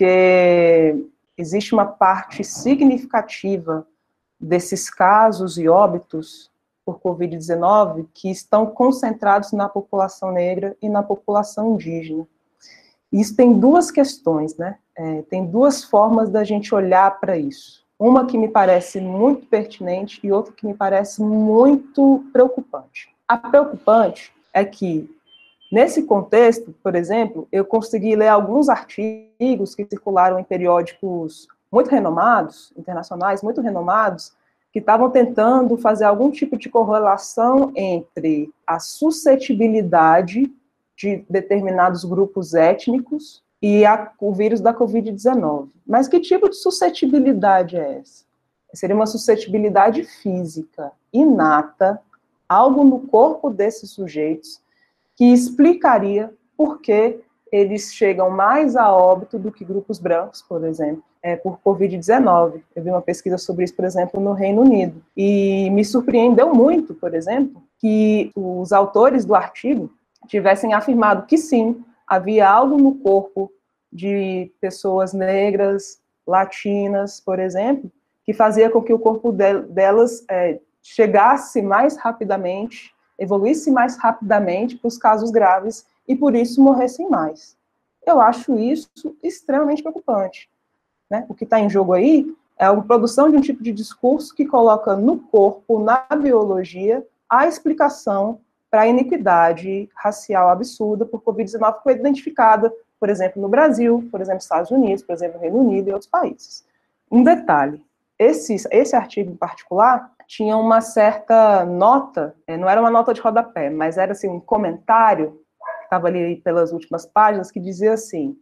porque existe uma parte significativa desses casos e óbitos por Covid-19 que estão concentrados na população negra e na população indígena. Isso tem duas questões, né? Tem duas formas da gente olhar para isso. Uma que me parece muito pertinente e outra que me parece muito preocupante. A preocupante é que, nesse contexto, por exemplo, eu consegui ler alguns artigos que circularam em periódicos muito renomados, internacionais, muito renomados, que estavam tentando fazer algum tipo de correlação entre a suscetibilidade de determinados grupos étnicos e o vírus da Covid-19. Mas que tipo de suscetibilidade é essa? Seria uma suscetibilidade física, inata, algo no corpo desses sujeitos que explicaria por que eles chegam mais a óbito do que grupos brancos, por exemplo, por Covid-19. Eu vi uma pesquisa sobre isso, por exemplo, no Reino Unido. E me surpreendeu muito, por exemplo, que os autores do artigo tivessem afirmado que sim, havia algo no corpo de pessoas negras, latinas, por exemplo, que fazia com que o corpo delas chegasse mais rapidamente, evoluísse mais rapidamente para os casos graves e por isso morressem mais. Eu acho isso extremamente preocupante, né? O que está em jogo aí é a produção de um tipo de discurso que coloca no corpo, na biologia, a explicação para a iniquidade racial absurda por Covid-19 que foi identificada, por exemplo, no Brasil, por exemplo, nos Estados Unidos, por exemplo, no Reino Unido e outros países. Um detalhe, esse artigo em particular tinha uma certa nota, não era uma nota de rodapé, mas era assim, um comentário, que estava ali pelas últimas páginas, que dizia assim,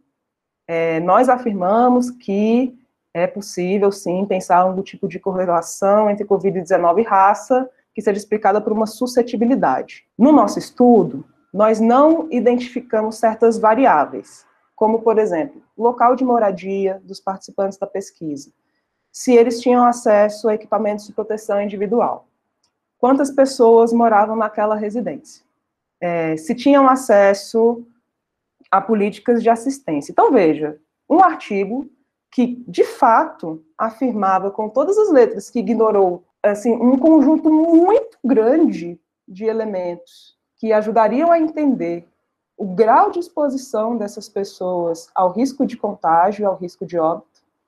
nós afirmamos que é possível, sim, pensar algum tipo de correlação entre Covid-19 e raça, que seja explicada por uma suscetibilidade. No nosso estudo, nós não identificamos certas variáveis, como, por exemplo, local de moradia dos participantes da pesquisa. se eles tinham acesso a equipamentos de proteção individual. Quantas pessoas moravam naquela residência? Se tinham acesso a políticas de assistência. Então, veja, um artigo que, de fato, afirmava com todas as letras que ignorou assim, um conjunto muito grande de elementos que ajudariam a entender o grau de exposição dessas pessoas ao risco de contágio, ao risco de óbito,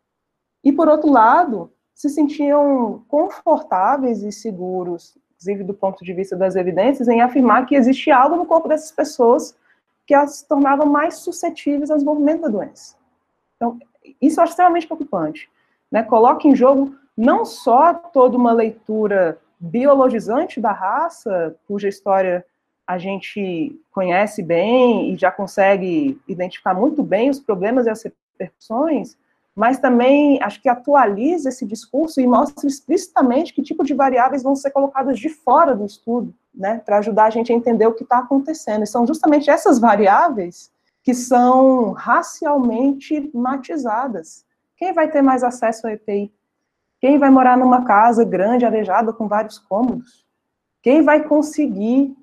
e, por outro lado, se sentiam confortáveis e seguros, inclusive do ponto de vista das evidências, em afirmar que existia algo no corpo dessas pessoas que as se tornavam mais suscetíveis ao desenvolvimento da doença. Então, isso eu acho extremamente preocupante, né? Coloca em jogo não só toda uma leitura biologizante da raça, cuja história a gente conhece bem e já consegue identificar muito bem os problemas e as repercussões, mas também acho que atualiza esse discurso e mostra explicitamente que tipo de variáveis vão ser colocadas de fora do estudo, né, para ajudar a gente a entender o que está acontecendo. E são justamente essas variáveis que são racialmente matizadas. Quem vai ter mais acesso à EPI? Quem vai morar numa casa grande, arejada, com vários cômodos? Quem vai conseguir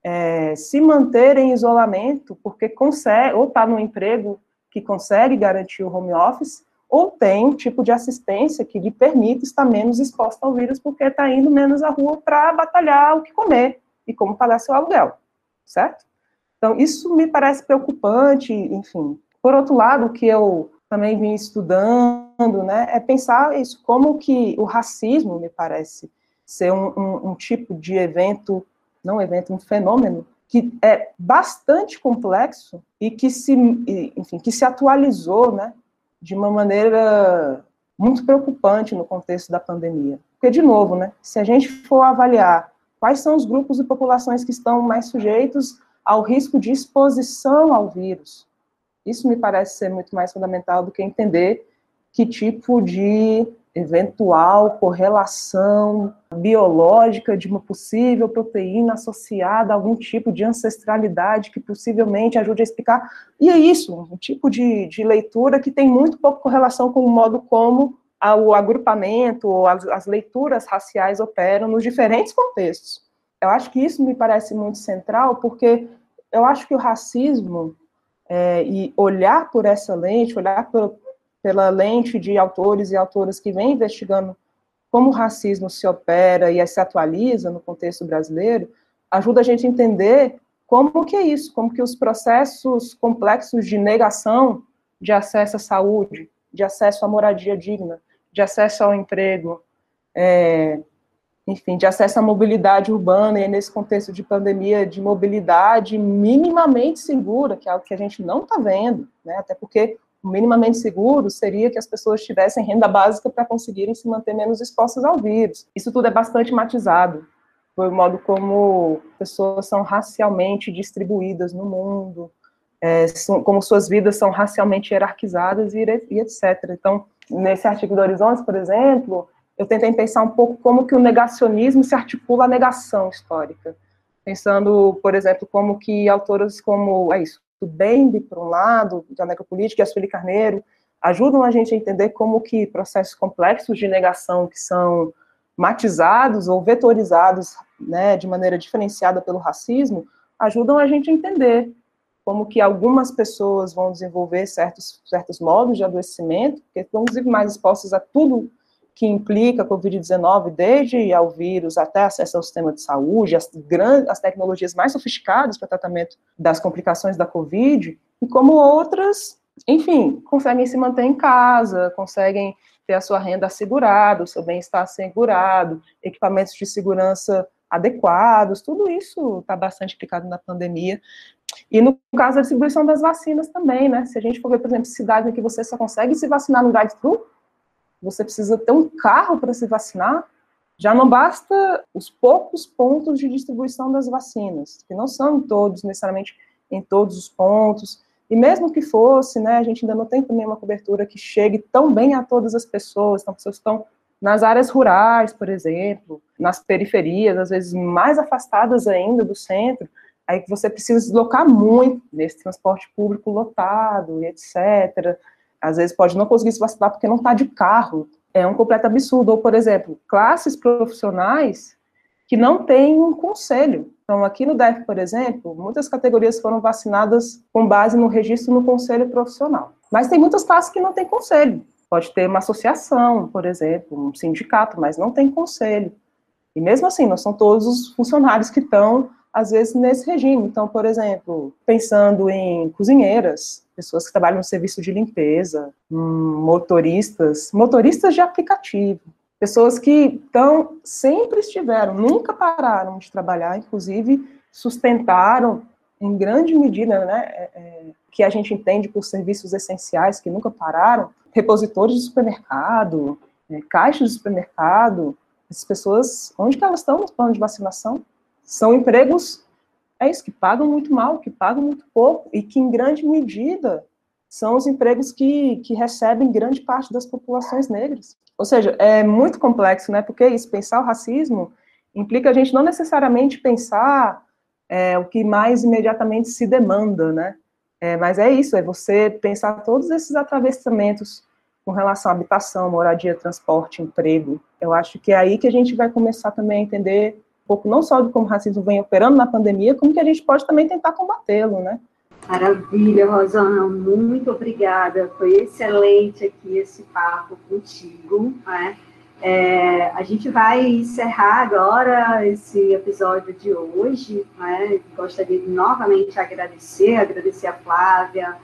se manter em isolamento porque consegue, ou está no emprego que consegue garantir o home office, ou tem um tipo de assistência que lhe permite estar menos exposto ao vírus porque está indo menos à rua para batalhar o que comer e como pagar seu aluguel, certo? Então, isso me parece preocupante, enfim. Por outro lado, o que eu também vim estudando, né, é pensar isso, como que o racismo me parece ser um tipo de evento, não evento, um fenômeno, que é bastante complexo e que que se atualizou, né, de uma maneira muito preocupante no contexto da pandemia. Porque, de novo, né, se a gente for avaliar quais são os grupos e populações que estão mais sujeitos ao risco de exposição ao vírus, isso me parece ser muito mais fundamental do que entender que tipo de eventual correlação biológica de uma possível proteína associada a algum tipo de ancestralidade que possivelmente ajude a explicar. E é isso, um tipo de leitura que tem muito pouco correlação com o modo como o agrupamento ou as leituras raciais operam nos diferentes contextos. Eu acho que isso me parece muito central, porque eu acho que o racismo, e olhar por essa lente, olhar pela lente de autores e autoras que vêm investigando como o racismo se opera e se atualiza no contexto brasileiro, ajuda a gente a entender como que é isso, como que os processos complexos de negação de acesso à saúde, de acesso à moradia digna, de acesso ao emprego, enfim, de acesso à mobilidade urbana, e nesse contexto de pandemia, de mobilidade minimamente segura, que é algo que a gente não está vendo, né, até porque o minimamente seguro seria que as pessoas tivessem renda básica para conseguirem se manter menos expostas ao vírus. Isso tudo é bastante matizado, pelo modo como pessoas são racialmente distribuídas no mundo, como suas vidas são racialmente hierarquizadas e etc. Então, nesse artigo do Horizonte, por exemplo, eu tentei pensar um pouco como que o negacionismo se articula à negação histórica. Pensando, por exemplo, como que autoras como, o Bembe, por um lado, da necropolítica, e a Sueli Carneiro, ajudam a gente a entender como que processos complexos de negação que são matizados ou vetorizados, né, de maneira diferenciada pelo racismo, ajudam a gente a entender como que algumas pessoas vão desenvolver certos modos de adoecimento, que estão, inclusive, mais expostas a tudo que implica a Covid-19, desde ao vírus até acesso ao sistema de saúde, as tecnologias mais sofisticadas para tratamento das complicações da Covid, e como outras, enfim, conseguem se manter em casa, conseguem ter a sua renda assegurada, o seu bem-estar assegurado, equipamentos de segurança adequados, tudo isso está bastante implicado na pandemia. E no caso da distribuição das vacinas também, né? Se a gente for ver, por exemplo, cidades em que você só consegue se vacinar no drive-thru, você precisa ter um carro para se vacinar, já não basta os poucos pontos de distribuição das vacinas, que não são necessariamente em todos os pontos, e mesmo que fosse, né, a gente ainda não tem também uma cobertura que chegue tão bem a todas as pessoas, então pessoas que estão nas áreas rurais, por exemplo, nas periferias, às vezes mais afastadas ainda do centro, aí que você precisa se deslocar muito nesse transporte público lotado, e etc., às vezes pode não conseguir se vacinar porque não está de carro. é um completo absurdo. Ou, por exemplo, classes profissionais que não têm um conselho. Então, aqui no DF, por exemplo, muitas categorias foram vacinadas com base no registro no conselho profissional. Mas tem muitas classes que não têm conselho. Pode ter uma associação, por exemplo, um sindicato, mas não tem conselho. E mesmo assim, não são todos os funcionários que estão, às vezes, nesse regime. Então, por exemplo, pensando em cozinheiras, pessoas que trabalham no serviço de limpeza, motoristas de aplicativo, pessoas que sempre estiveram, nunca pararam de trabalhar, inclusive sustentaram, em grande medida, né, que a gente entende por serviços essenciais, que nunca pararam, repositores de supermercado, caixas de supermercado. Essas pessoas, onde que elas estão no plano de vacinação? São empregos, que pagam muito mal, que pagam muito pouco, e que, em grande medida, são os empregos que recebem grande parte das populações negras. Ou seja, é muito complexo, né? Porque isso, pensar o racismo, implica a gente não necessariamente pensar o que mais imediatamente se demanda, né? Mas é isso, é você pensar todos esses atravessamentos com relação à habitação, moradia, transporte, emprego. Eu acho que é aí que a gente vai começar também a entender um pouco, não só de como o racismo vem operando na pandemia, como que a gente pode também tentar combatê-lo, né? Maravilha, Rosana, muito obrigada. Foi excelente aqui esse papo contigo, né? A gente vai encerrar agora esse episódio de hoje, né? Gostaria de novamente agradecer a Flávia,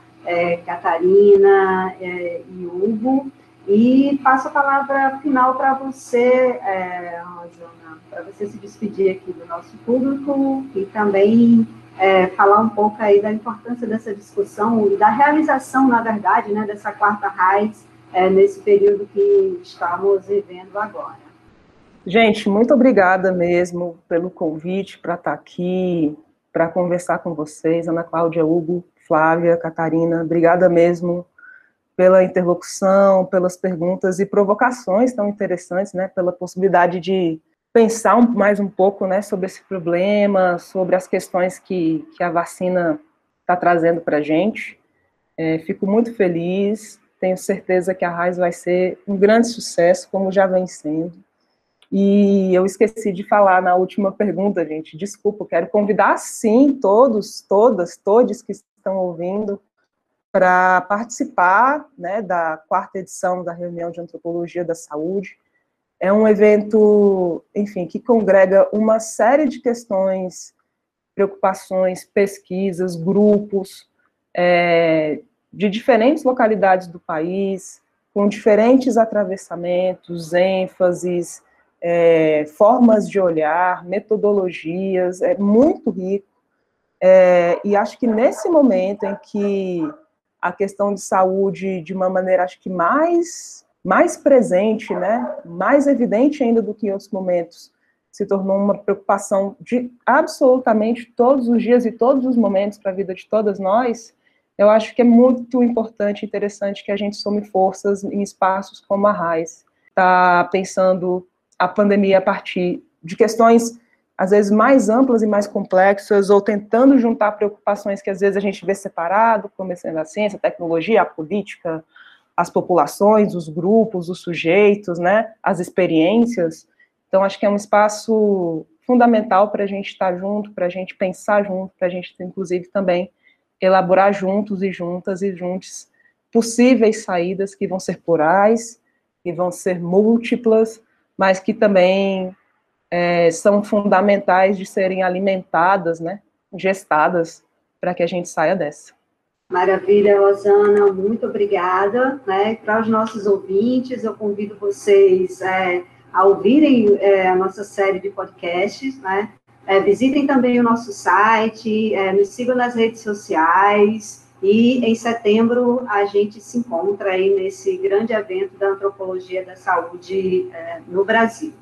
Catarina e Hugo, e passo a palavra final para você, Rosana, para você se despedir aqui do nosso público e também falar um pouco aí da importância dessa discussão e da realização, na verdade, né, dessa quarta raiz nesse período que estamos vivendo agora. Gente, muito obrigada mesmo pelo convite para estar aqui, para conversar com vocês, Ana Cláudia, Hugo, Flávia, Catarina, obrigada mesmo pela interlocução, pelas perguntas e provocações tão interessantes, né, pela possibilidade de pensar mais um pouco, né, sobre esse problema, sobre as questões que a vacina está trazendo para a gente. Fico muito feliz, tenho certeza que a RAIS vai ser um grande sucesso, como já vem sendo. E eu esqueci de falar na última pergunta, gente, desculpa, quero convidar, sim, todos que estão ouvindo, para participar, né, da quarta edição da reunião de Antropologia da Saúde. É um evento, enfim, que congrega uma série de questões, preocupações, pesquisas, grupos, de diferentes localidades do país, com diferentes atravessamentos, ênfases, formas de olhar, metodologias, é muito rico. E acho que nesse momento em que a questão de saúde, de uma maneira, acho que mais presente, né, mais evidente ainda do que em outros momentos, se tornou uma preocupação de absolutamente todos os dias e todos os momentos para a vida de todas nós, eu acho que é muito importante e interessante que a gente some forças em espaços como a RAIS. Está pensando a pandemia a partir de questões, às vezes, mais amplas e mais complexas, ou tentando juntar preocupações que, às vezes, a gente vê separado, como a ciência, a tecnologia, a política, as populações, os grupos, os sujeitos, né, as experiências. Então, acho que é um espaço fundamental para a gente estar junto, para a gente pensar junto, para a gente, inclusive, também elaborar juntos e juntas e juntos possíveis saídas que vão ser plurais, que vão ser múltiplas, mas que também são fundamentais de serem alimentadas, né, gestadas, para que a gente saia dessa. Maravilha, Rosana, muito obrigada. Né? Para os nossos ouvintes, eu convido vocês a ouvirem a nossa série de podcasts, né? Visitem também o nosso site, nos sigam nas redes sociais, e em setembro a gente se encontra aí nesse grande evento da Antropologia da Saúde no Brasil.